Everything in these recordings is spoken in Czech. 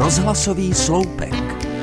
Rozhlasový sloupek.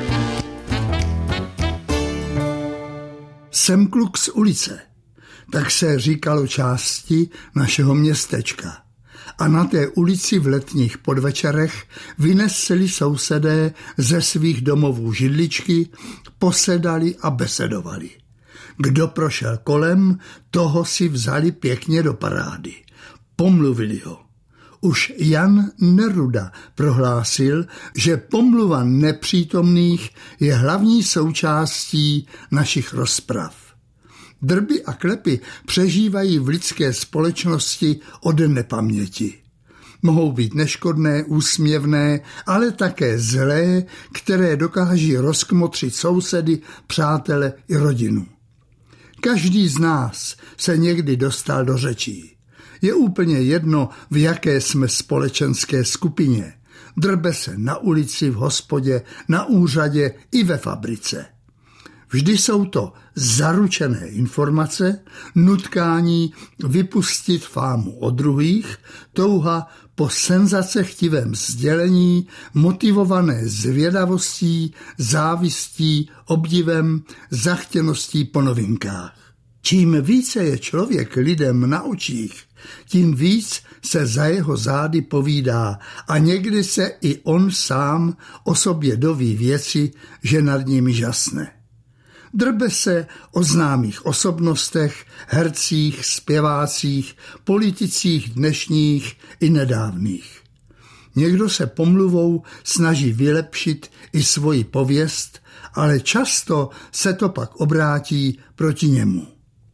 Jsem kluk z ulice, tak se říkalo části našeho městečka. A na té ulici v letních podvečerech vynesli sousedé ze svých domovů židličky, posedali a besedovali. Kdo prošel kolem, toho si vzali pěkně do parády. Pomluvili ho. Už Jan Neruda prohlásil, že pomluva nepřítomných je hlavní součástí našich rozprav. Drby a klepy přežívají v lidské společnosti od nepaměti. Mohou být neškodné, úsměvné, ale také zlé, které dokáží rozkmotřit sousedy, přátele i rodinu. Každý z nás se někdy dostal do řečí. Je úplně jedno, v jaké jsme společenské skupině. Drbe se na ulici, v hospodě, na úřadě i ve fabrice. Vždy jsou to zaručené informace, nutkání vypustit fámu o druhých, touha po senzacechtivém sdělení, motivované zvědavostí, závistí, obdivem, zachtěností po novinkách. Čím více je člověk lidem na očích, tím víc se za jeho zády povídá a někdy se i on sám o sobě doví věci, že nad nimi žasne. Drbe se o známých osobnostech, hercích, zpěvácích, politicích dnešních i nedávných. Někdo se pomluvou snaží vylepšit i svoji pověst, ale často se to pak obrátí proti němu.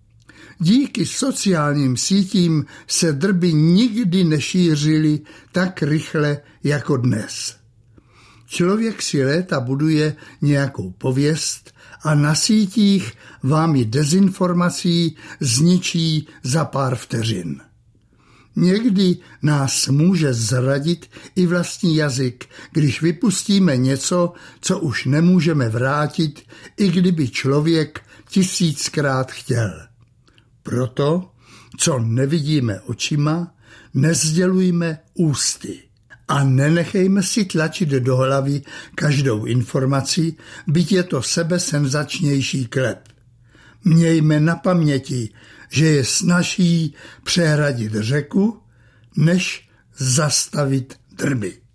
Díky sociálním sítím se drby nikdy nešířily tak rychle jako dnes. Člověk si léta buduje nějakou pověst a na sítích vám ji dezinformací zničí za pár vteřin. Někdy nás může zradit i vlastní jazyk, když vypustíme něco, co už nemůžeme vrátit, i kdyby člověk 1000krát chtěl. Proto, co nevidíme očima, nezdělujme ústy. A nenechejme si tlačit do hlavy každou informaci, byť je to sebesenzačnější klep. Mějme na paměti, že je snazší přehradit řeku, než zastavit drby.